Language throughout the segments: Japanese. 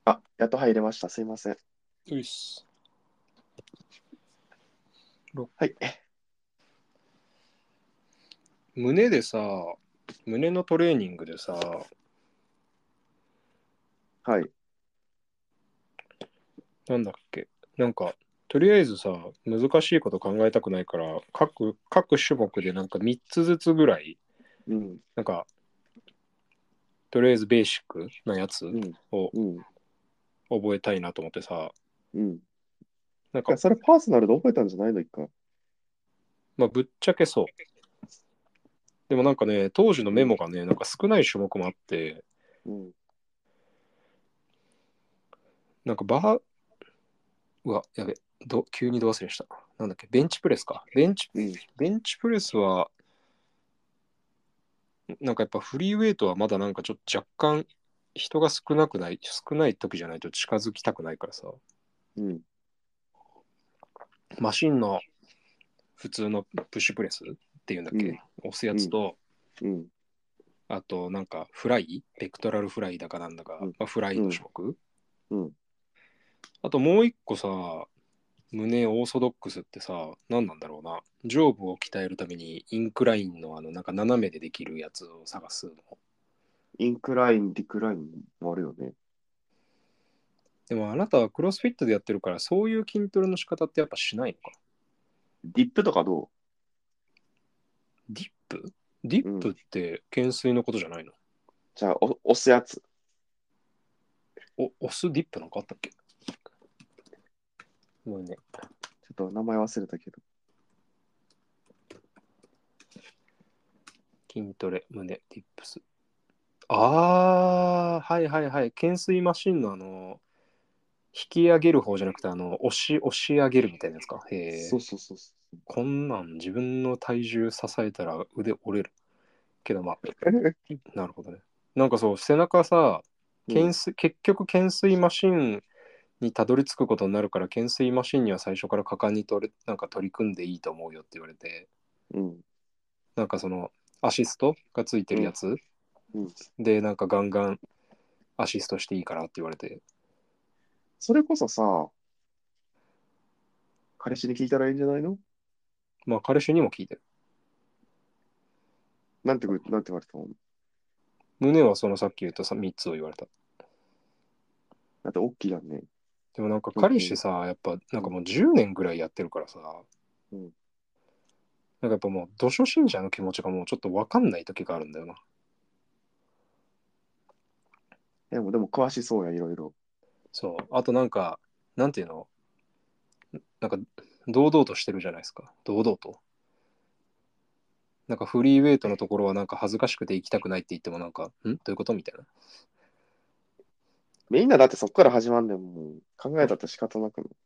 あ、やっと入れました。すいません。 ういっす。 はい。 胸でさ、胸のトレーニングでさ、 はい。 なんだっけ、なんか、とりあえずさ、難しいこと考えたくないから、各種目でなんか3つずつぐらい、 うん。 なんか、とりあえずベーシックなやつうん。 をうん。 覚えたいなと思ってさ、 うん。いなんか、 や、それパーソナルで覚えたんじゃないの、一回。 まあ、ぶっちゃけそう。でもなんかね、当時のうん。 メモがね、なんか少ない種目もあって、 うん。 なんかうわ、やべ、急にど忘れした。なんだっけ、ベンチプレスか。 うん。 ベンチプレスは、なんかやっぱフリーウェイトはまだなんかちょっと若干人が少ない時じゃないと近づきたくないからさ、 うん。 マシンの普通のプッシュプレスっていうんだっうん。 け、押すやうん。 つと、 うん。 あとなんかペクトラルフライだかなんだか、 うん。 まあ、フライうん。 の種目。 うん。 あともう一個さ、胸オーソドックスってさ、何なんだろうな。上部を鍛えるためにインクラインのなんか斜めでできるやつを探すの。 インクライン、ディクラインもあるよね。 でもあなたはクロスフィットでやってるからそういう筋トレの仕方ってやっぱしないのか。 ディップとかどディップディッう？うん。 プって懸垂のことじゃないの？ じゃあ、押すやつ。 押すディップなんかあったっけ？もうね、 ちょっと名前忘れたけど。 筋トレ、胸、ディップス。あはいはいはい。懸垂マシンの引き上げる方じゃなくて押し上げるみたいなやつか。へえ。 そうそうそうそこんなん自分の体重支えたら腕折れる。けどまあ、 う。 なるほどね。なんかそう、背中さ、 うん。 結局懸垂マシンにたどり着くことになるから、懸垂マシンには最初から果敢になんか取り組んでいいと思うよって言われて、 うん。 なんかそのアシストがついてうん。 るやつうん。 で、なんかガンガンアシストしていいからって言われて、 それこそさ、彼氏に聞いたらいいんじゃないの？ まあ彼氏にも聞いてる。 なんて言われたの？ 胸はそのさっき言った3つを言われた。 だって大きいやんね。 でもなんか胸筋。 彼氏さ、やっぱなんうん。 かもう10年ぐらいやってるからさ、 うん。 なんかやっぱもう、土初心者の気持ちがもうちょっとわかんない時があるんだよな。 でも詳しそうや、いろいろ。 そう。あとなんか、なんていうの、なんか、堂々としてるじゃないですか。堂々と。なんかフリーウェイトのところはなんか恥ずかしくて行きたくないって言ってもなんか、どういうことみたいな。 みんなだってそっから始まんねんもん。考えたって仕方なくない？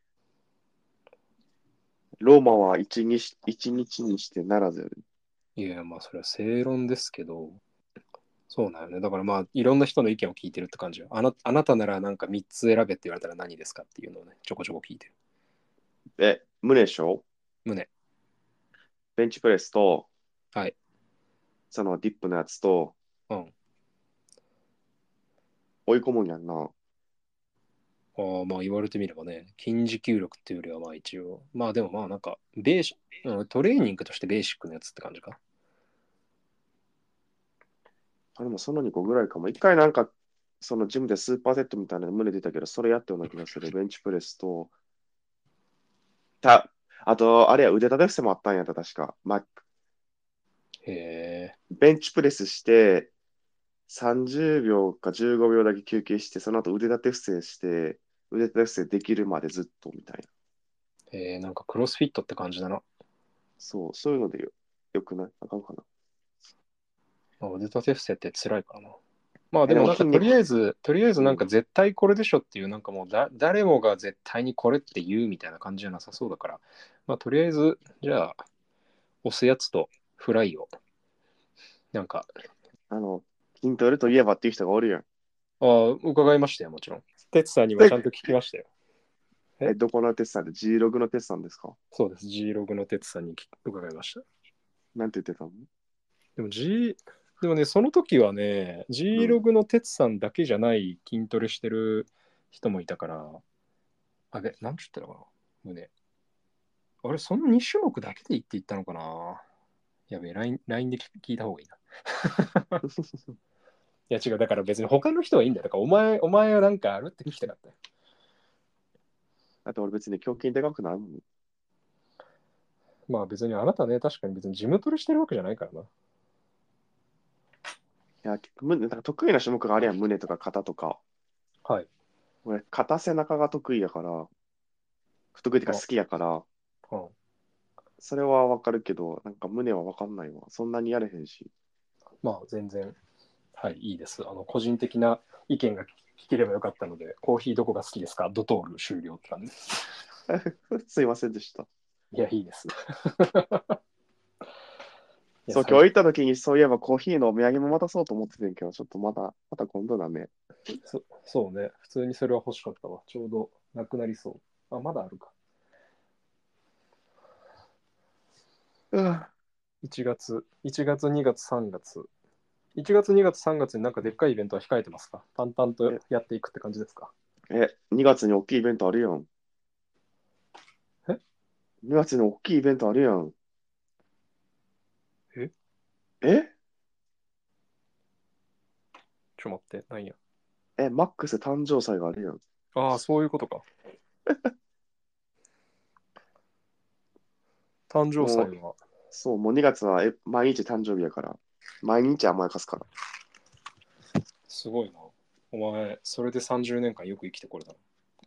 ローマは一日にしてならずやで。 いや、まあそれは正論ですけど、そうなんよね。だからまあ、いろんな人の意見を聞いてるって感じよ。あなたならなんか3つ選べって言われたら何ですかっていうのをね、ちょこちょこ聞いてる。 胸でしょ？ 胸。 ベンチプレスと、 はい。 そのディップのやつと、 うん。 追い込むんやんな。 ああ、まあ言われてみればね、筋持久力っていうよりはまあ一応、まあでもまあなんか、トレーニングとしてベーシックなやつって感じか。 あ、でもその2個ぐらいかも。一回なんか、そのジムでスーパーセットみたいなの胸出たけど、それやったような気がする。ベンチプレスと、あと、あれや、腕立て伏せもあったんやった、確か。まあ、 へえ。 ベンチプレスして、30秒か15秒だけ休憩して、その後腕立て伏せして、腕立て伏せできるまでずっとみたいな。 なんかクロスフィットって感じだな。 そういうのでよくない？あかんかな。 まあ、腕立て伏せって辛いからな。まあででもなんかも筋肉、 とりあえずうん。 なんか絶対これでしょっていうなんかもう誰もが絶対にこれって言うみたいな感じじゃなさそうだから、まあとりあえずじゃあ押すやつとフライをなんか、 あの、筋トレといえばっていう人がおるやん。 伺いましたよもちろん。哲さんにもちゃで、 んと聞きましたよ。えどこのテスさんで G ログのテスさんですか？ そうです。G ログの哲さんに伺いました。 なんて言ってたの？ でもでもね、その時はね、 うん。 G ログの哲さんだけじゃない筋トレしてる人もいたから、あれ、なんちゅったのかな、胸。あれ、その2種目だけでいって言ったのかな。やべえ、LINE で聞いた方がいいな。いや違う、だから別に他の人はいいんだよ。だからお前はなんかあるって聞きたかったよ。 だって俺別に胸筋でかくないもん。いまあ別にあなたね、確かに別にジムトレしてるわけじゃないからな。 や、だから得意な種目があるやん、胸とか肩とか。 はい。 俺、肩背中が得意やから、得意っていうかあ、 好きやから、 うん。 それはわかるけど、なんか胸はわかんないわ。そんなにやれへんし。 まあ全然、はい、いいです。個人的な意見が聞ければよかったので、コーヒーどこが好きですかドトール終了って感じです。 すいませんでした。 いや、いいです。いや、 そう、 最今日行った時にそういえばコーヒーのお土産も渡そうと思っててんけど、ちょっとまた今度だね。 そうね。普通にそれは欲しかったわ。ちょうどなくなりそう。あ、まだあるか。 うん。 1月、2月、3月。1月、2月、3月になんかでっかいイベントは控えてますか？淡々とえ、 やっていくって感じですか？ 2月に大きいイベントあるやん。 え 2月に大きいイベントあるやん。 ええ待って、なんや。 マックス誕生祭があるやん。 ああ、そういうことか。誕生もう、 祭は、 そう、もう2月は毎日誕生日やから。毎日甘やかすから。 すごいな。お前、それで30年間よく生きてこれたな。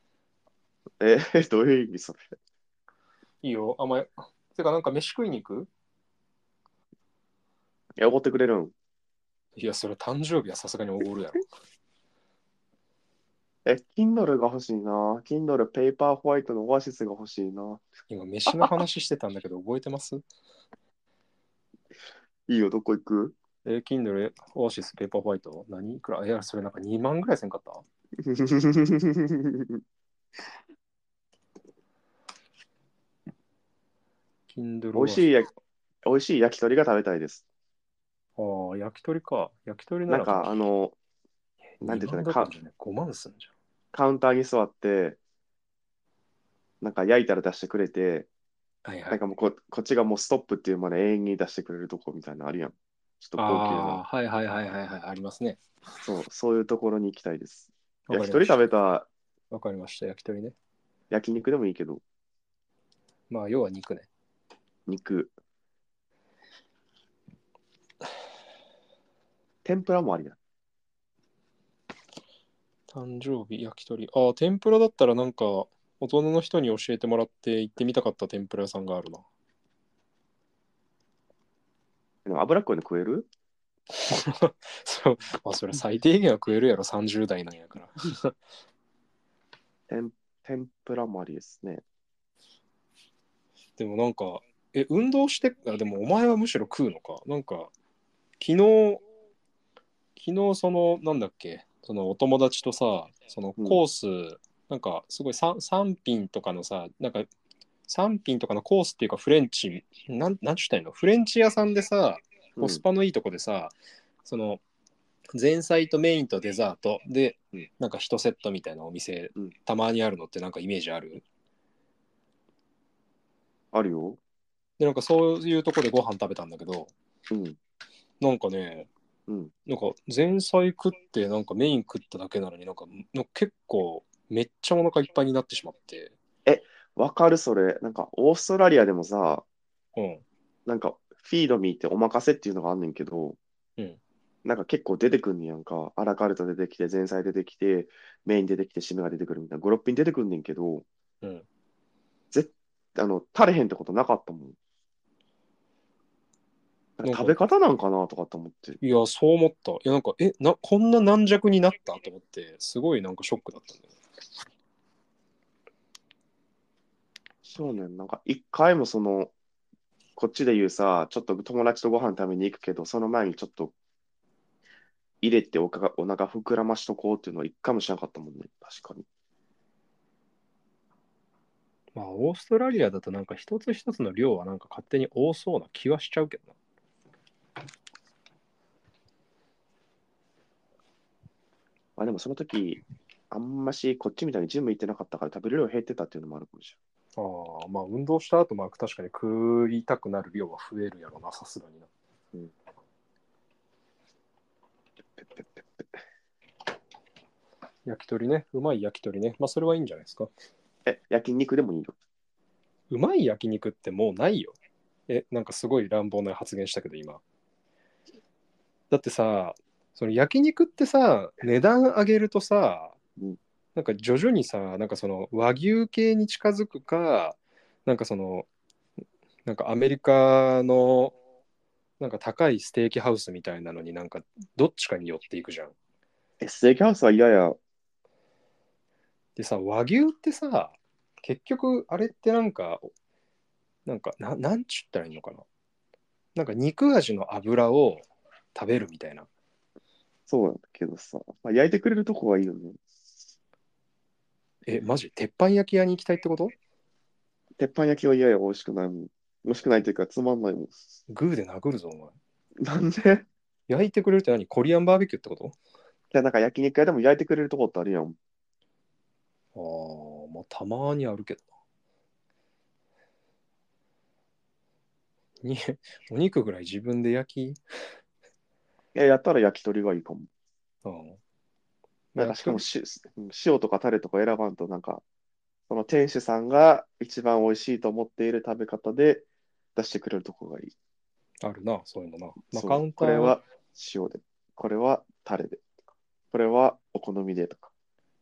どういう意味それ。 いいよ、甘え。てか、なんか飯食いに行く？ 怒ってくれるん？ いや、それ誕生日はさすがにおごるやろ。 Kindle が欲しいな。Kindle ペーパーホワイトのオアシスが欲しいな。 今、飯の話してたんだけど、覚えてます？ いいよ、どこ行く？ Kindle、オアシス、ペーパーホワイト、何いくら？いや、それなんか2万ぐらいせんかった？ 美 Kindle 味オアシス。 しい美味しい焼き鳥が食べたいです。 ああ、焼き鳥か。焼き鳥ななんらどう？ か、なんて言った 2 らいいのか、 万どころじゃね、5万すんじカウンターに座って、なんか焼いたら出してくれて、 ゃん。はいはい。 なんかもうこっちがもうストップっていうまで永遠に出してくれるとこみたいなのあるやん。ちょっとあ高級な。 あ、はいはいはいはいはい、ありますね。 そう、そういうところに行きたいです。焼き鳥食わかりましべたた。わかりました。焼き鳥ね。 焼肉でもいいけど、 まあ、要は肉ね。 肉、天ぷらもありや。 誕生日、焼き鳥。ああ、天ぷらだったらなんか、大人の人に教えてもらって行ってみたかった天ぷら屋さんがあるな。 でも脂っこいの食える？ そう、まあ、それ最低限は食えるやろ、30代なんやから。 天、天ぷらもありですね。 でもなんか、運動して、でもお前はむしろ食うのか。なんか、昨日、なんだっけ、そのお友達とさ、そのうん、 コース、なんかすごい3品とかのさ、なんか3品とかのコースっていうかフレンチ、なんちゅったらいいの、フレンチ屋さんでさ、 うん、 コスパのいいとこでさ、その前菜とメインとデザートで、 うん、 なんか1セットみたいなお店、 うん。 たまにあるのってなんかイメージある？ あるよ。 で、なんかそういうとこでご飯食べたんだけど、 うん、 なんかね、 うん。 なんか前菜食ってなんかメイン食っただけなのになんか結構めっちゃお腹いっぱいになってしまって、 え、わかるそれ。なんか、オーストラリアでもさ、 うん、 なんか、フィードミーってお任せっていうのがあんねんけど、 うん、 なんか結構出てくんねやんか。アラカルト出てきて、前菜出てきて、メイン出てきて、締めが出てくるみたいな。5、6品出てくんねんけど、 うん。 ぜ足れへんってことなかったもん。なんなんか、 か食べ方なんかなとかって思って。 いや、そう思った。いや、なんか、こんな軟弱になったと思って、すごいなんかショックだったんだよね。 そうねん。なんか一回もこっちで言うさ、ちょっと友達とご飯食べに行くけど、その前にちょっと入れてお腹膨らましとこうっていうのは一回もしなかったもんね。確かに。 まあ、オーストラリアだとなんか一つ一つの量はなんか勝手に多そうな気はしちゃうけどな。 まあでもその時、あんましこっちみたいにジム行ってなかったから食べる量減ってたっていうのもあるかもしああ、まあ運動した後、まあ確かに食いたくなる量は増えるやろな、さすがにな。 れない。うん。ペッペッペッペッ焼き鳥ね、うまい焼き鳥ね。まあそれはいいんじゃないですか。 焼肉でもいいよ。 うまい焼肉ってもうないよ。なんかすごい乱暴な発言したけど今。だってさ、その焼肉ってさ、値段上げるとさ、 うん。 なんか徐々にさ、なんかその和牛系に近づくか、なんかその、なんかアメリカのなんか高いステーキハウスみたいなのになんかどっちかに寄っていくじゃん。 ステーキハウスは嫌や。 でさ、和牛ってさ、結局あれってなんちゅったらいいのかな。なんか肉味の油を食べるみたいな。 そうなんだけどさ。まあ、焼いてくれるとこはいいよね。 マジ鉄板焼き屋に行きたいってこと？ 鉄板焼きは嫌や。美味しくないもん。美味しくないというか、つまんないもん。 グーで殴るぞ、お前。 なんで？ 焼いてくれるって何？コリアンバーベキューってこと？ じゃあなんか焼肉屋でも焼いてくれるとこってあるやん。 ああ、まあたまにあるけどな。お肉ぐらい自分で焼き。 やったら焼き鳥がいいかも。 うん。まあ、 なんか焼き鳥。 しかも塩とかタレとか選ばんと、なんか、その店主さんが一番美味しいと思っている食べ方で出してくれるとこがいい。 あるな、そういうのな。まあカそう。 ウンター、 これは塩で。これはタレで。これはお好みでとか。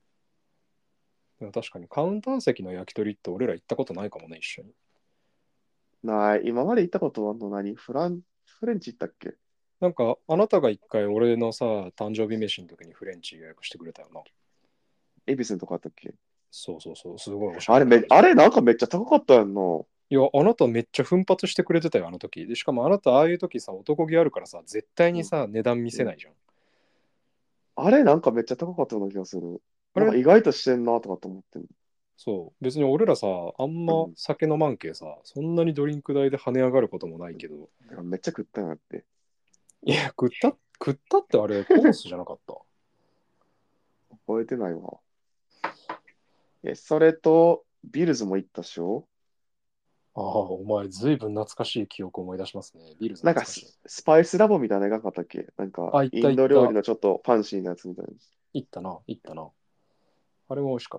確かにカウンター席の焼き鳥って俺ら行ったことないかもね、一緒に。 ない。今まで行ったことあるのフレンチ行ったっけ？ なんか、あなたが一回俺のさ、誕生日飯の時にフレンチ予約してくれたよな。 恵比寿のとこあったっけ？ そうそうそう、すごいおしゃあれれな感じ。 あれなんかめっちゃ高かったやんな。 いや、あなためっちゃ奮発してくれてたよ、あの時。で、しかもあなたああいう時さ、男気あるからさ、絶対うん。 にさ、値段見うん。 せないじゃん。 あれなんかめっちゃ高かったような気がする。 あれ、 なんか意外としてんなとかと思ってんそう、別に俺らさ、あんまの。 酒飲まんけさ、そんなにドリンク代で跳ね上がることもないけど、 うん。めっちゃ食ったんやって。 いや、食ったってあれ、コースじゃなかった。 覚えてないわ。それと、ビルズも行ったっしょ？ ああ、お前、ずいぶん懐かしい記憶を思い出しますね。ビルズなんか懐かしい。 スパイスラボみたいなのがなかったっけ？なんか、 あ、行ったイン行った。 ド料理のちょっとファンシーなやつみたいな。 行ったな、行ったな。あれも美味しかった。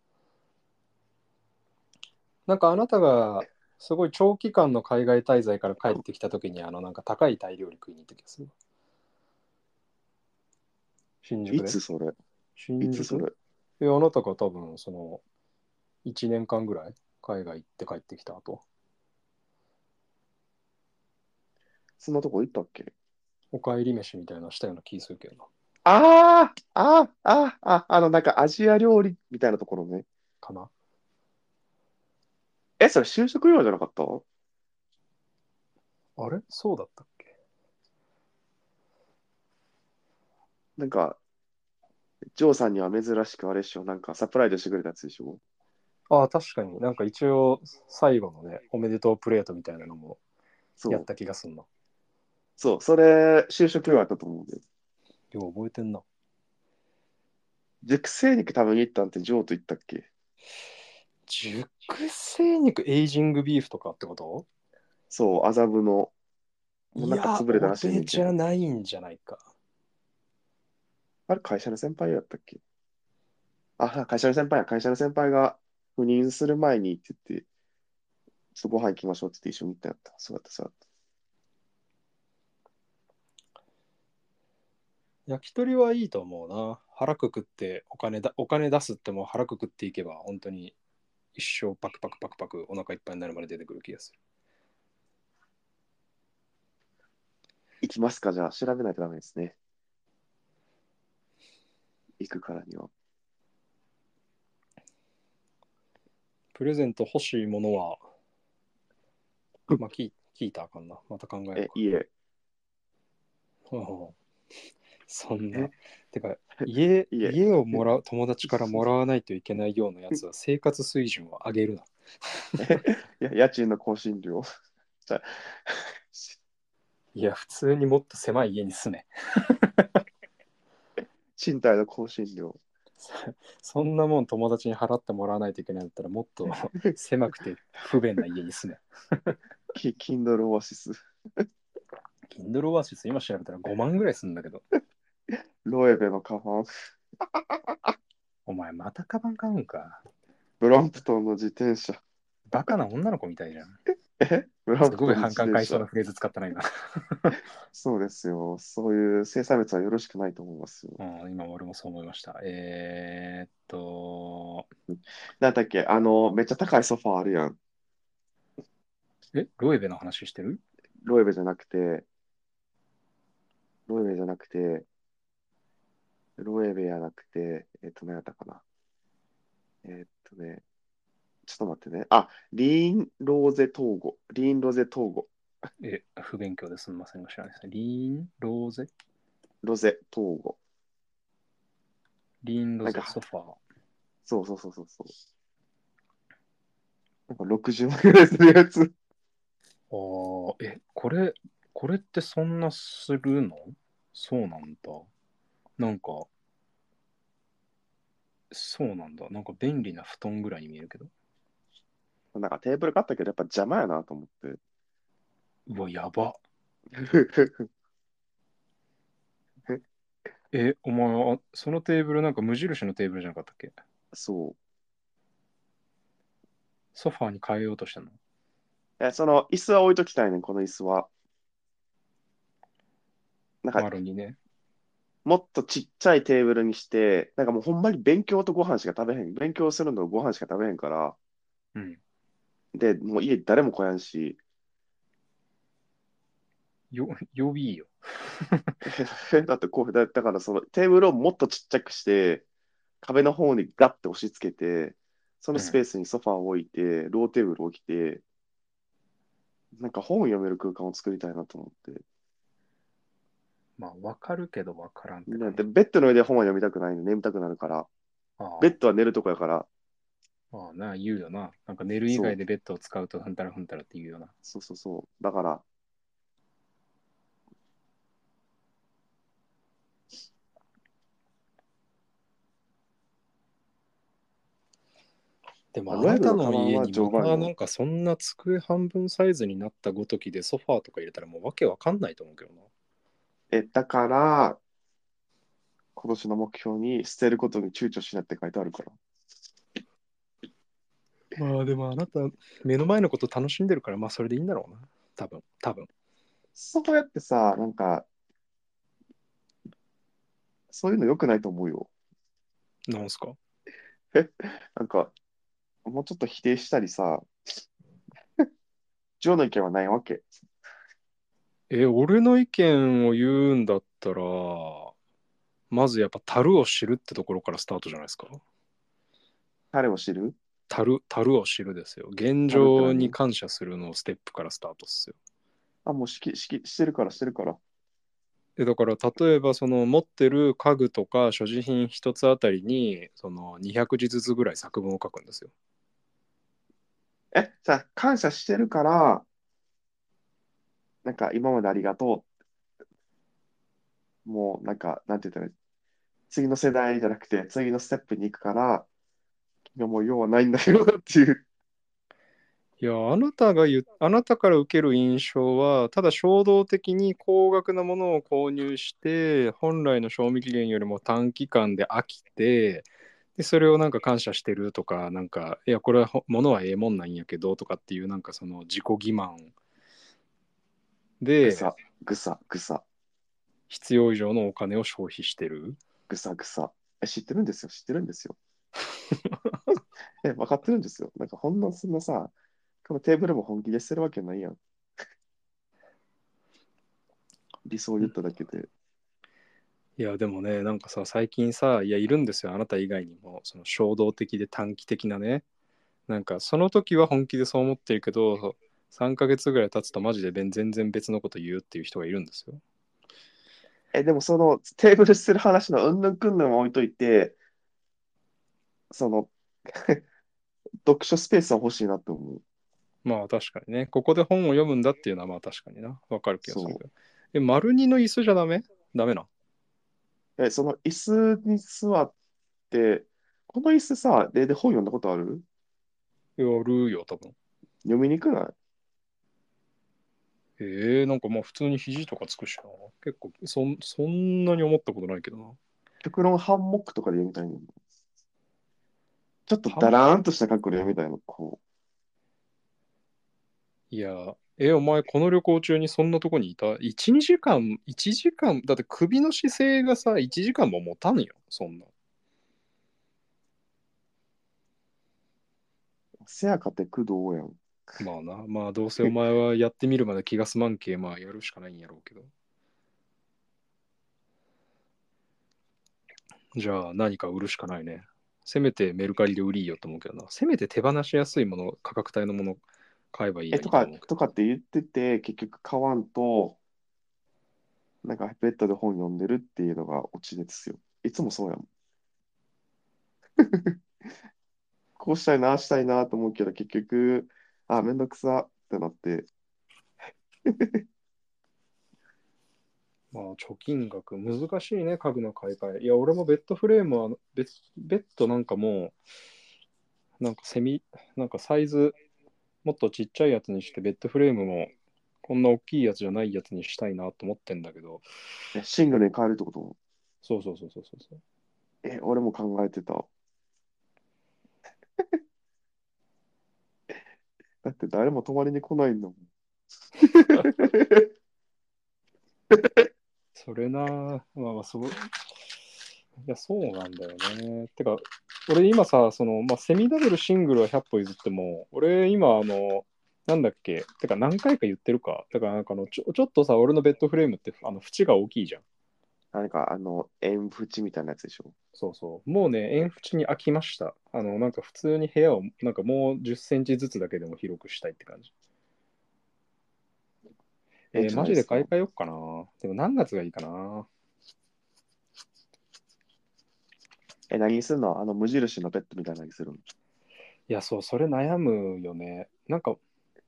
なんかあなたがすごい長期間の海外滞在から帰ってきた時になんか高いタイ料理食いに行った気がする。新宿いで。 つそれ？い新宿。 つそれ？ あなたが多分その1年間ぐらい海外行って帰ってきた後、 そんなとこ行ったっけ？ お帰り飯みたいなのしたような気するけどな。 なんかアジア料理みたいなところね。 かな。 それ就職用じゃなかった？ あれそうだったっけ？ なんか、ジョーさんには珍しくあれっしょ。なんかサプライズしてくれたやつでしょ。 ああ、確かになんか一応最後のね、おめでとうプレートみたいなのもやっそう。 た気がすんな。 そう。それ、就職用やったと思うんで。 よう覚えてんな。 熟成肉多分行ったんってジョーと言ったっけ？ 熟成肉エイジングビーフとかってこと？ そう、麻布の、もうなんかいや、 潰れたらしいねんけど。 俺じゃないんじゃないか。 あれ、会社の先輩やったっけ？会社の先輩や。会社の先輩が赴任する前にって言って、ちょっとご飯行きましょうって言って一緒に行ったんやった。そうやった、そうやった。 焼き鳥はいいと思うな。腹くくってお金出すっても腹くくっていけば本当に一生パクパクパクパクお腹いっぱいになるまで出てくる気がする。 行きますか？じゃあ、調べないとダメですね。行くからには。 プレゼント欲しいものは、まあ聞いたらあかんな。また考えるか。 いえ。 うんそんな。 え、 てか、 いえ。 家を友達からもらわないといけないようなやつは生活水準を上げるな。 家賃の更新料。じゃあ、 いや、普通にもっと狭い家に住め。 賃貸の更新料。 そんなもん友達に払ってもらわないといけないんだったらもっと狭くて不便な家に住め。 Kindle オアシス。 Kindle Oasis 今調べたら5万ぐらいするんだけど。 ロエベのカバン。 お前またカバン買うんか。 ブランプトンの自転車。 バカな女の子みたいじゃん。 ブランすごいプトンの反感買いそう自転車。 なフレーズ使ったな今。 そうですよ。そういう生産物はよろしくないと思いますよ。 うん、今俺もそう思いました。 なんだっけ、めっちゃ高いソファーあるやん。 ロエベの話してる？ ロエベじゃなくて、ロエベじゃなくて、ロエベじゃなくて、何やったかな。ちょっと待ってね。あ、リーンローゼ統合。リーンロゼ統合。 不勉強ですみませんが知らないですね。リーンローゼロゼ統合。 リーンロゼなんか、 ソファー。 そうそうそうそうそう。なんか60万ぐらいするやつ。 これってそんなするの？そうなんだ。なんか、そうなんだ。なんか便利な布団ぐらいに見えるけど。 なんかテーブル買ったけど、やっぱ邪魔やなと思って。 うわ、やば。お前、そのテーブルなんか無印のテーブルじゃなかったっけ？ そう。 ソファーに変えようとしたの？ その椅子は置いときたいねん、この椅子は。なんか、 丸にね。 もっとちっちゃいテーブルにして、なんかもうほんまに勉強とご飯しか食べへん。勉強するのご飯しか食べへんから。 うん。 で、もう家誰も来やんし。 予備いいよ。 だってこう、だからそのテーブルをもっとちっちゃくして、壁の方にガッて押し付けて、そのうん。 スペースにソファーを置いて、ローテーブルを置いて、なんか本を読める空間を作りたいなと思って。 まあ、わかるけどわからんってね、で、 感じ。 ベッドの上で本は読みたくないの、眠たくなるから。ベッあドは寝るとこやから、 言うよな。なんか寝る以そう、 外でベッドを使うとふんたらふんたらって言うよな。 そうそうそう。だから、 でもあロエブなたののカバンは家にま常磐よ。 たなんかそんな机半分サイズになったごときでソファーとか入れたらもうわけわかんないと思うけどな。 だから、今年の目標に捨てることに躊躇しないって書いてあるから。 まあでもあなた目の前のこと楽しんでるからまあそれでいいんだろうな。多分。 そうやってさ、なんか、そういうの良くないと思うよ。 なんすか？ なんか、もうちょっと否定したりさ、ジョーの意見はないわけ。 俺の意見を言うんだったら、まずやっぱ樽を知るってところからスタートじゃないですか。 彼を知る。 樽を知るですよ。現樽って状に何？ 感謝するのステップからスタートっすよ。 あ、もうしてるから、してるから。 だから例えばその持ってる家具とか所持品一つあたりにその200字ずつぐらい作文を書くんですよ。 さ、感謝してるから、なんか今までありがとう。もうなんか、なんて言ったらいい、次の世代じゃなくて、次のステップに行くから、君はもう用はないんだよっていう。 いや、あなたから受ける印象は、ただ衝動的に高額なものを購入して、本来の賞味期限よりも短期間で飽きて、で、それをなんか感謝してるとか、なんか、いや、これは物はええもんなんやけどとかっていう、なんかその自己欺瞞で、 ぐさ、ぐさ、ぐさ、 必要以上のお金を消費してる。 ぐさ、ぐさ。知ってるんですよ、知ってるんですよ。分かってるんですよ。なんかほんのそんなさ、このテーブルも本気で捨てるわけないやん。理想を言っただけで。 いや、でもね、なんかさ、最近さ、いや、いるんですよ。あなた以外にも、その衝動的で短期的なね。なんか、その時は本気でそう思ってるけど、3ヶ月ぐらい経つとマジで全然別のこと言うっていう人がいるんですよ。 でもそのテーブル捨てる話のうんぬんくんぬんは置いといて、その読書スペースは欲しいなって思う。 まあ確かにね、ここで本を読むんだっていうのはまあ確かにな、わかる気がするそけど。丸二の椅子じゃダメな。 その椅子に座って、この椅子さ、で本読んだことある？ やるよ、多分。 読みにくない？ なんかまあ普通に肘とかつくしな。結構そんなに思ったことないけどな。 極論ハンモックとかで読みたいの。ちょっとはんダラーンとした角度で読みたいの。こいや、お前この旅行中にそんなとこにいた？ 1、2時間、1時間、だって首の姿勢がさ、1時間も持たんよ、そんな。 う、せやかて工藤やん。 まあな、まあどうせお前はやってみるまで気が済まんけ、まあやるしかないんやろうけど。じゃあ何か売るしかないね。せめてメルカリで売りよと思うけどな。せめて手放しやすいもの、価格帯のもの買えばいいやいいと思うけど。 とかって言ってて、結局買わんと、なんかベッドで本読んでるっていうのがオチですよ。いつもそうやもん。こうしたいな、ああしたいなと思うけど、結局、あ、めんどくさってなって、 まあ貯金額難しいね、家具の買い替え。いや、俺もベッドフレームはベッドなんかもう、なんかなんかサイズもっとちっちゃいやつにしてベッドフレームもこんな大きいやつじゃないやつにしたいなと思ってんだけど、 シングルに変えるってこと？ そう。 俺も考えてた。だって誰も泊まりに来ないんだもん。 それな、まあそう、いや、そうなんだよね。てか、俺今さ、セミダブルシングルは100歩譲っても、俺今なんだっけ、てか何回か言ってるか。だからなんかちょっとさ、俺のベッドフレームって縁が大きいじゃん。 何か、縁縁みたいなやつでしょ。 そうそう。もうね、縁縁に飽きました。なんか普通に部屋を、なんかもう10センチずつだけでも広くしたいって感じ。 いいんじゃマジでないですか。 買い替えよっかな。でも何月がいいかな。 何すんの？無印のベッドみたいなのにするの？ いや、そう、それ悩むよね。なんか、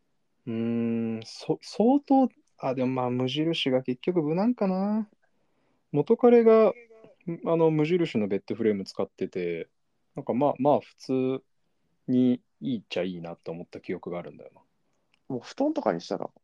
相当、でもまあ、無印が結局無難かな。元彼が、無印のベッドフレーム使ってて、なんかまあ、普通にいいっちゃいいなと思った記憶があるんだよな。 もう布団とかにしたら？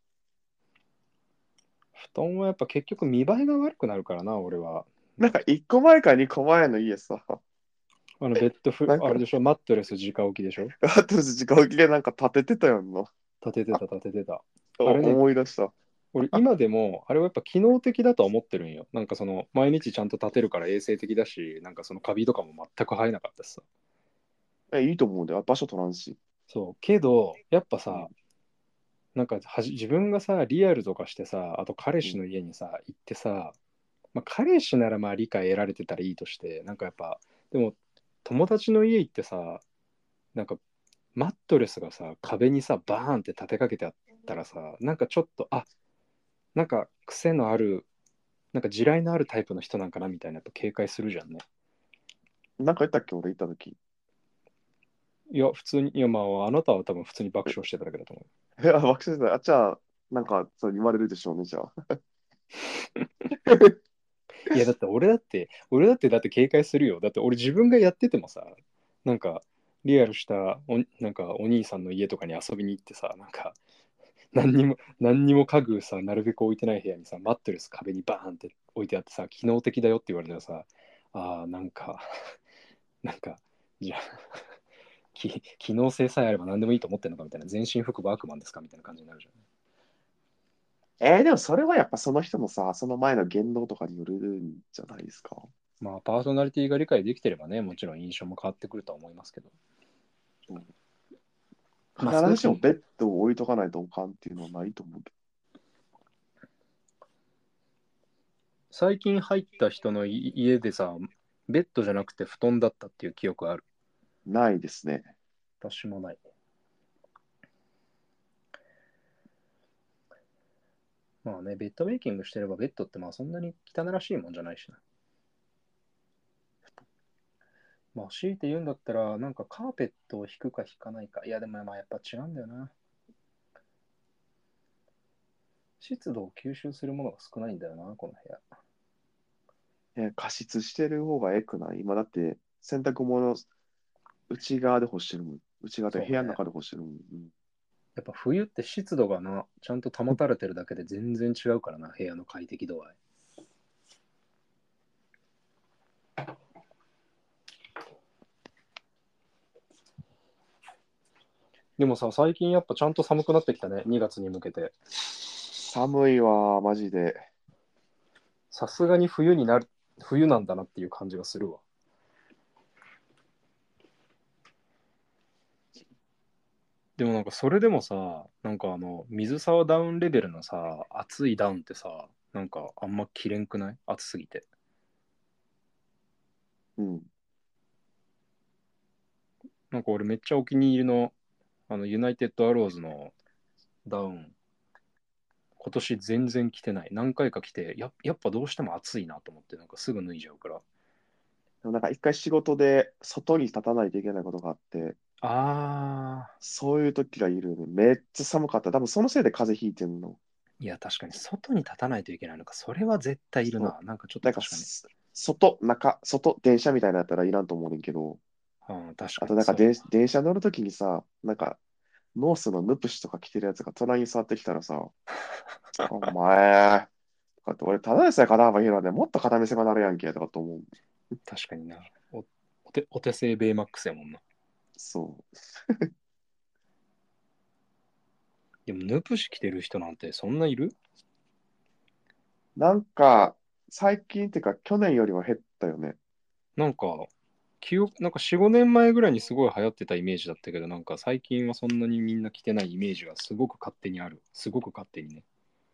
布団はやっぱ結局見栄えが悪くなるからな、俺は。 なんか1個前か2個前の家さ、 ベッドなんか、 あれでしょ、マットレス直置きでしょ？ あと時間置きでなんか立ててたよな。 立ててた。あれね、 思い出した。 俺今でもあれはやっぱ機能的だとは思ってるんよ。なんか毎日ちゃんと立てるから衛生的だし、なんかカビとかも全く生えなかったしさ。 いいと思うんだよ。場所取らんし。 そう。けど、やっぱうん。 さ、なんか自分がさ、リアルとかしてさ、あと彼氏うん。 の家にさ、行ってさ、まあ、彼氏ならまあ理解得られてたらいいとして、なんかやっぱ、でも友達の家行ってさ、なんかマットレスがさ、壁にさ、バーンって立てかけてあったらさ、なんかちょっと、なんか癖のある、なんか地雷のあるタイプの人なんかなみたいなやっぱ警戒するじゃんね。 なんか言ったっけ俺行った時。 いや、普通に、いやまあ、あなたは多分普通に爆笑してただけだと思爆笑してた。じゃあ、なんか、そう言われるでしょうね、じゃあ。 う。いや、俺だってだって警戒するよ。だって俺自分がやっててもさ、なんか、リアルしたなんかお兄さんの家とかに遊びに行ってさ、なんか、何にも家具さ、なるべく置いてない部屋にさ、マットレス壁にバーンって置いてあってさ、機能的だよって言われたらさ、なんか、なんか、じゃあ、機能性さえあれば何でもいいと思ってんのかみたいな、全身服ワークマンですかみたいな感じになるじゃん。 でもそれはやっぱその人のさ、その前の言動とかによるんじゃないですか。 まあ、パーソナリティが理解できてればね、もちろん印象も変わってくるとは思いますけど。 うん、必まあ、少なくとも、 ずしもベッドを置いとかないとおかんっていうのはないと思うけ最近入った人の家でさ、ベッドじゃなくて布団だったっていう記憶ある？ ど。ないですね。 私もない。まあね、ベッドメイキングしてればベッドってまあそんなに汚らしいもんじゃないしな。まあ強いて言うんだったら、なんかカーペットを引くか引かないか。いやでもまあやっぱ違うんだよな。湿度を吸収するものが少ないんだよな、この部屋。 加湿してる方がええくない？今だって洗濯物内側で干してるもん。内側でそうね。 部屋の中で干してるもん。うん、 やっぱ冬って湿度がな、ちゃんと保たれてるだけで全然違うからな、部屋の快適度合い。でもさ、最近やっぱちゃんと寒くなってきたね、2月に向けて。 寒いわ、マジで。 さすがに冬になる、冬なんだなっていう感じがするわ。でもなんかそれでもさ、なんか水沢ダウンレベルのさ、暑いダウンってさ、なんかあんま着れんくない？暑すぎて。 うん。 なんか俺めっちゃお気に入りの、ユナイテッドアローズのダウン、今年全然着てない。何回か着て、やっぱどうしても暑いなと思って、なんかすぐ脱いじゃうから。 でもなんか一回仕事で外に立たないといけないことがあって、 あそういう時がいるね。めっちゃ寒かった。多分そのせいで風邪ひいてんの。 ー、いや確かに外に立たないといけないのか、それは絶対いるな。 そう。 なんかちょっとなんか確かに。 外、中、外、電車みたいなやったらいらんと思うねんけど、 ああ、確あかにそう。 となんか電車乗るときにさ、なんかノースのヌプシとか着てるやつが隣に座ってきたらさ、お前、とかって俺ただでさえ肩幅広いのでもっと肩見せがなるやんけとかと思う。 確かにな。お手製ベイマックスやもんな。 そでもヌプシ着てる人なんてそんないる？ う。なんか、最近っていうか去年よりは減ったよね。 なんか、なんか4、5年前ぐらいにすごい流行ってたイメージだったけど、なんか最近はそんなにみんな着てないイメージがすごく勝手にある。すごく勝手にね。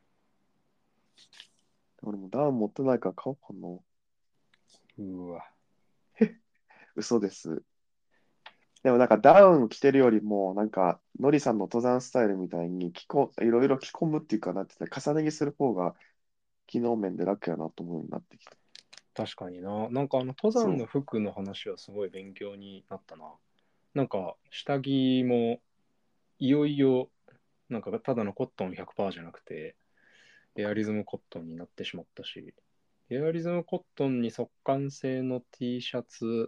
俺もダウン持ってないから買おうかな。 うわ。 嘘です。でもなんかダウン着てるよりも、なんか、ノリさんの登山スタイルみたいにいろいろ着込むっていうかなって言ったら重ね着する方が機能面で楽やなと思うようになってきた。 確かにな。なんか登山のそ服の話はすごい勉強になったな。なんか下着もいよいよなんかただのコットン100%じゃなくてエアリズムコットンになってしまったし、エアリズムコットンに速乾性の T シャツ、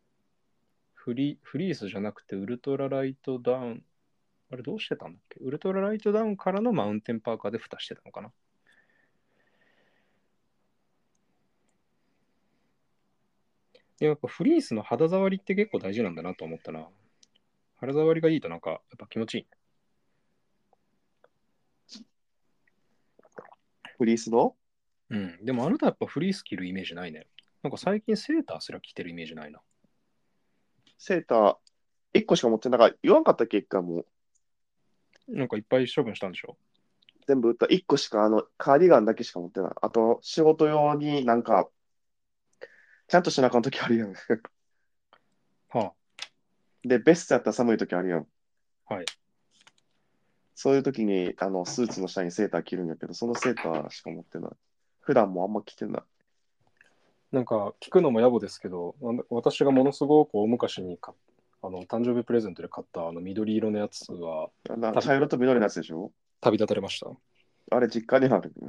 フリースじゃなくてウルトラライトダウン、あれどうしてたんだっけ？ウルトラライトダウンからのマウンテンパーカーで蓋してたのかな。でやっぱフリースの肌触りって結構大事なんだなと思ったな。肌触りがいいとなんかやっぱ気持ちいい。 フリースのうん。でもあなたやっぱフリース着るイメージないね。なんか最近セーターすら着てるイメージないな。 セーター1個しか持ってなんか言わんかったっけ？一回もなんかいっぱい処分したんでしょ？ 全部売った。1個しか、カーディガンだけしか持ってない。あと、仕事用になんか、ちゃんとしなあかんときあるやん。 はで、ベストやったら寒いときあるやん。 あ、はい。 そういうときに、スーツの下にセーター着るんやけど、そのセーターしか持ってない。普段もあんま着てない。 なんか聞くのも野暮ですけど、私がものすごく大昔に誕生日プレゼントで買った緑色のやつは茶色と緑のやつでしょ？ 旅立たれました。 あれ、実家にある。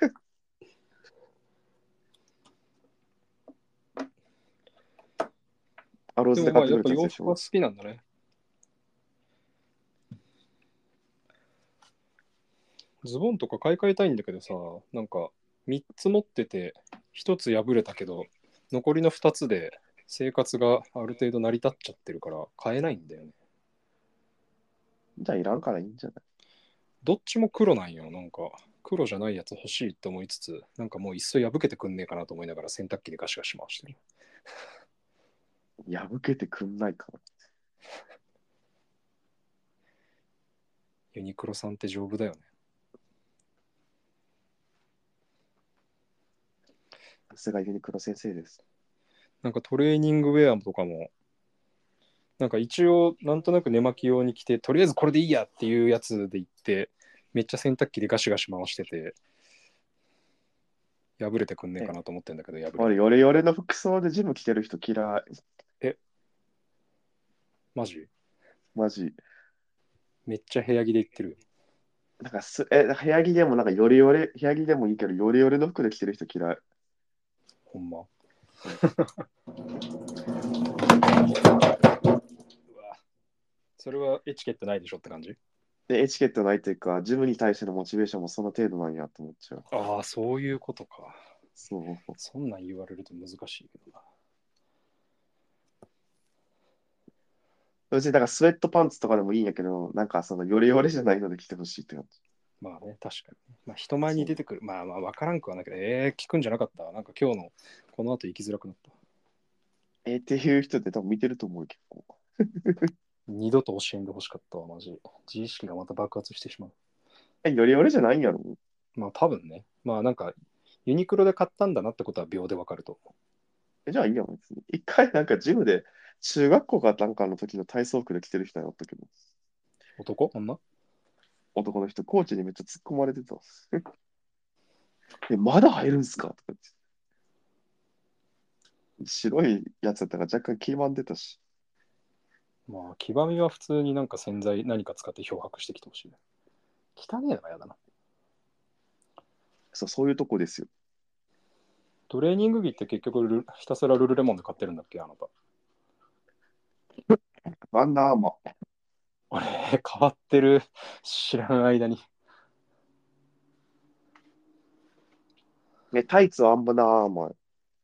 アローでズで買ってくれもまあやっぱたやつでしょ？ 洋服は好きなんだね。ズボンとか買い替えたいんだけどさ、なんか3つ持ってて1つ破れたけど、残りの2つで生活がある程度成り立っちゃってるから買えないんだよね。 じゃあ、いらんからいいんじゃない？ どっちも黒なんよ。なんか黒じゃないやつ欲しいって思いつつ、なんかもういっそ破けてくんねえかなと思いながら洗濯機でガシガシ回してる。 破けてくんないから。 ユニクロさんって丈夫だよね。 さすがユニクロ先生です。 なんかトレーニングウェアとかも、なんか一応なんとなく寝巻き用に着て、とりあえずこれでいいやっていうやつで行って、めっちゃ洗濯機でガシガシ回してて、破れてくんねえかえ、 なと思ってんだけど、破れない。 俺、ヨレヨレの服装でジム着てる人嫌い。 え、マジ？ マジ。 めっちゃ部屋着で行ってる。 なんか部屋着でもなんか部屋着でもいいけど、ヨレヨレの服で着てる人嫌い。 ほんま。うわそれはエチケットないでしょって感じ？ で、エチケットないというか、自分に対してのモチベーションもその程度なんやと思っちゃう。 ああ、そういうことか。 そう。 そんなん言われると難しいけどな。 別に、だからスウェットパンツとかでもいいんやけど、なんかそのヨレヨレじゃないので着てほしいって感じ。 まあね、確かにね。まあ、人前にそう。 出てくる。まあまあ、わからんくはないけど、聞くんじゃなかったわ。なんか今日のこの後行きづらくなった。 っていう人って多分見てると思うよ、結構。 二度と教えんでほしかったわ、マジ。自意識がまた爆発してしまう。 ヨレヨレじゃないんやろ。 まあ多分ね。まあなんか、ユニクロで買ったんだなってことは秒でわかると思じゃあいいやん、別に。一回なんかジムで、中学校かなんかの時の体操服で着てる人やったけど、 う。男女男の人、コーチにめっちゃ突っ込まれてた。まだ入るんすかとか言って。白いやつやったから若干黄ばんでたし。 まあ、黄ばみは普通になんか洗剤何か使って漂白してきてほしいね。汚ねえのが嫌だな。 そう、そういうとこですよ。 トレーニング着って結局ひたすらルルレモンで買ってるんだっけ、あなた。 アンダーアーマー。 あれ、変わってる。知らない間に。 タイツはアンダーアーマー。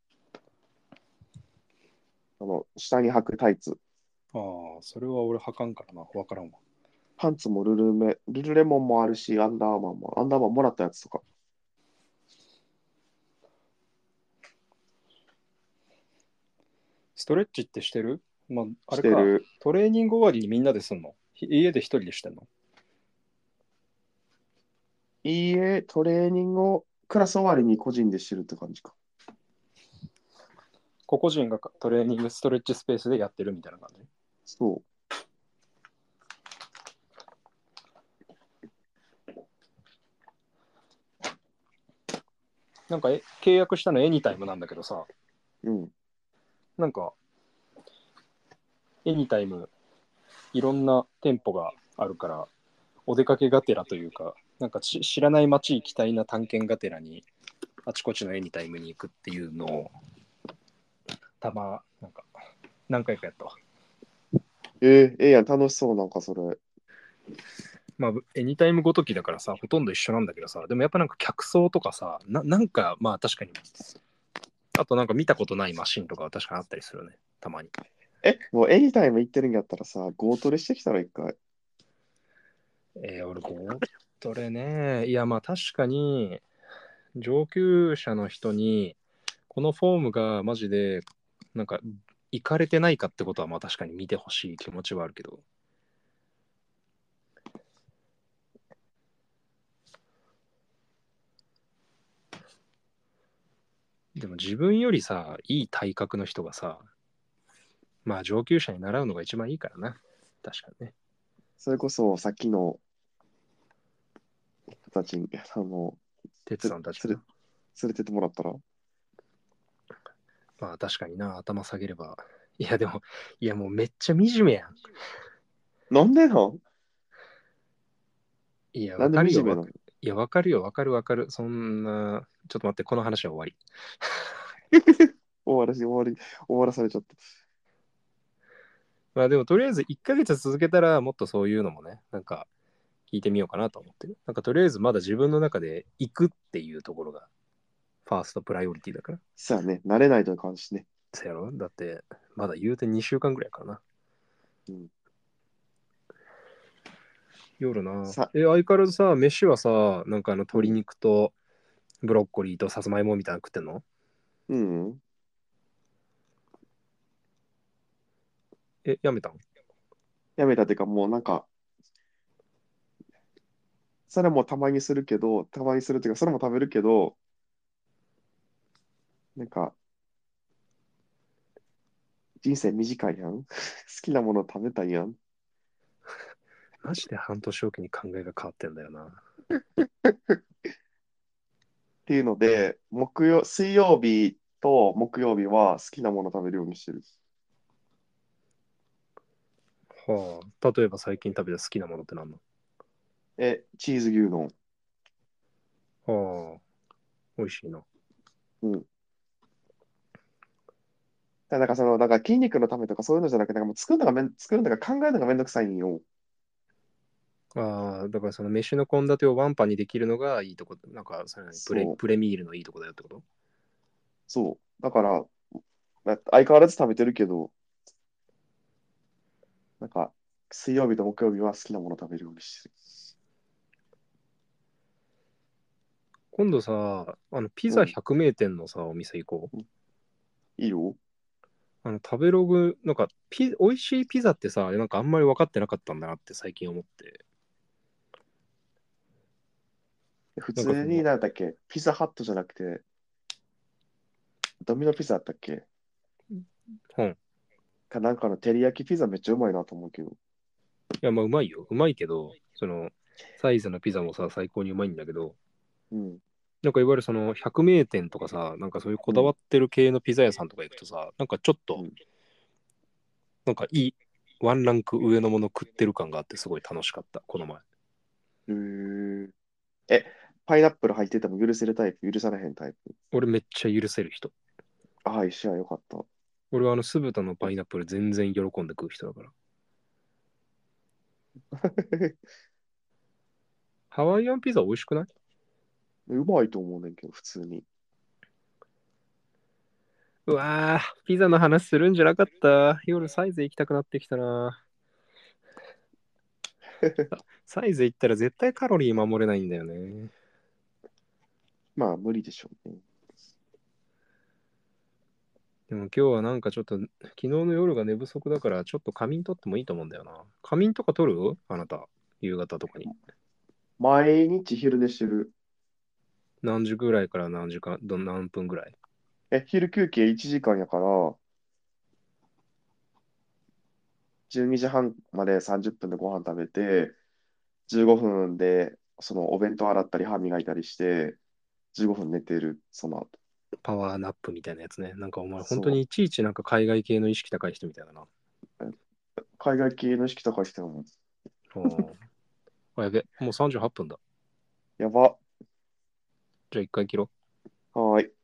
下に履くタイツ。 ああ、それは俺履かんからな。わからんわ。 パンツもルルレモンもあるし、アンダーアーマーも、アンダーアーマーもらったやつとか。 ストレッチってしてる？まあ、あれか。 してる。 トレーニング終わりにみんなですんの？家で一人でしてんの？ いいえ、トレーニングをクラス終わりに個人でしてるって感じか。 個々人がトレーニングストレッチスペースでやってるみたいな感じ？ そなんか契約したのエニタイムなんだけどさ、 う。うん。 なんかエニタイムいろんな店舗があるからお出かけがてらというか、なんか知らない街行きたいな探検がてらにあちこちのエニタイムに行くっていうのをなんか何回かやったわ。 ええやん、楽しそう、なんかそれ。 まあエニタイムごときだからさほとんど一緒なんだけどさ、でもやっぱなんか客層とかさなんかまあ確かに、あとなんか見たことないマシンとかは確かにあったりするね、たまに。 もうエニタイム行ってるんやったらさ、ゴートレしてきたら一回。 俺これね、いやまあ確かに上級者の人にこのフォームがマジでなんかいかれてないかってことはまあ確かに見てほしい気持ちはあるけど、でも自分よりさいい体格の人がさ、まあ上級者に習うのが一番いいからな。確かにね。 それこそさっきの人たちに、 哲つ、 さんたちな。 つれ、連れてってもらったら。 まあ確かにな、頭下げれば。いやでも、いやもうめっちゃ惨めやん。 なんでなんいや、 なんでわかるよ。 惨めなの？ いや、わかるよ。わかるわかる。そんな、ちょっと待って、この話は終わり。 終わらされちゃった。 まあでも、とりあえず1ヶ月続けたら、もっとそういうのもね、なんか聞いてみようかなと思ってる。なんかとりあえずまだ自分の中で行くっていうところが、ファーストプライオリティだから。 さあね、慣れないといかんしね。 そやろだって、まだ言うて2週間ぐらいかな。 うん、 夜な。 さ、 相変わらずさ、飯はさ、なんか鶏うん、 肉とブロッコリーとさつまいもみたいなの食ってんの？ うん、 やめたん？ やめたっていうかもうなんか、それもたまにするけど、たまにするっていうか、それも食べるけど、なんか、人生短いやん。好きなもの食べたいやん。っマジで半年おきに考えが変わってんだよな。 ていうので、水曜日と木曜日は好きなもの食べるようにしてる。 はあ、例えば最近食べた好きなものって何なチーズ牛丼。 の？はあ、美味しいな。 うん。 なんかなんか筋肉のためとかそういうのじゃなくて、なんかもう作るのが考えるのがめんどくさいんよ。 ああ、だからその飯の献立をワンパンにできるのがいいとこ、なんかそれそう、 プレミールのいいとこだよってこと？ そう。だから、相変わらず食べてるけど、なんか、水曜日と木曜日は好きなもの食べるようにしてる。 今度さ、ピザうん。 百名店のさ、お店行こう。 うん、いいよ。 食べログ、なんか美味しいピザってさ、なんかあんまり分かってなかったんだなって最近思って。 普通になんかその、 なんだっけ、ピザハットじゃなくて、ドミノピザだったっけうん。いなんかの照り焼きピザめっちゃうまいなと思うけど。 や、まあうまいよ。うまいけど、サイズのピザもさ、最高にうまいんだけど、 うん、 なんかいわゆるその百名店とかさ、なんかそういうこうん、 だわってる系のピザ屋さんとか行くとさ、なんかちょっと、 うん。 なんかいい、ワンランク上のもの食ってる感があってすごい楽しかった、この前。 へーえ、パイナップル入ってても許せるタイプ、許されへんタイプ。 俺めっちゃ許せる人。 ああ、一緒やよかった。 俺は酢豚のパイナップル全然喜んで食う人だから。ハワイアンピザ美味しくない？ うまいと思うねんけど、普通に。 うわぁ、ピザの話するんじゃなかった。夜サイズ行きたくなってきたな。サイズ行ったら絶対カロリー守れないんだよね。 まあ、無理でしょうね。 でも今日はなんかちょっと、昨日の夜が寝不足だからちょっと仮眠取ってもいいと思うんだよな。仮眠とか取るあなた、夕方とかに。 毎日昼寝してる。 何時ぐらいから何時間、何分ぐらい？ 昼休憩1時間やから、12時半まで30分でご飯食べて、15分でそのお弁当洗ったり歯磨いたりして、15分寝てる、その後。 パワーナップみたいなやつね。なんかお前本当にそいちいちなんか海外系の意識高い人みたいだな。 う。海外系の意識高い人も、 おーあ、やべ、もう38分だ。 やば。 じゃあ一回切ろう。 はーい。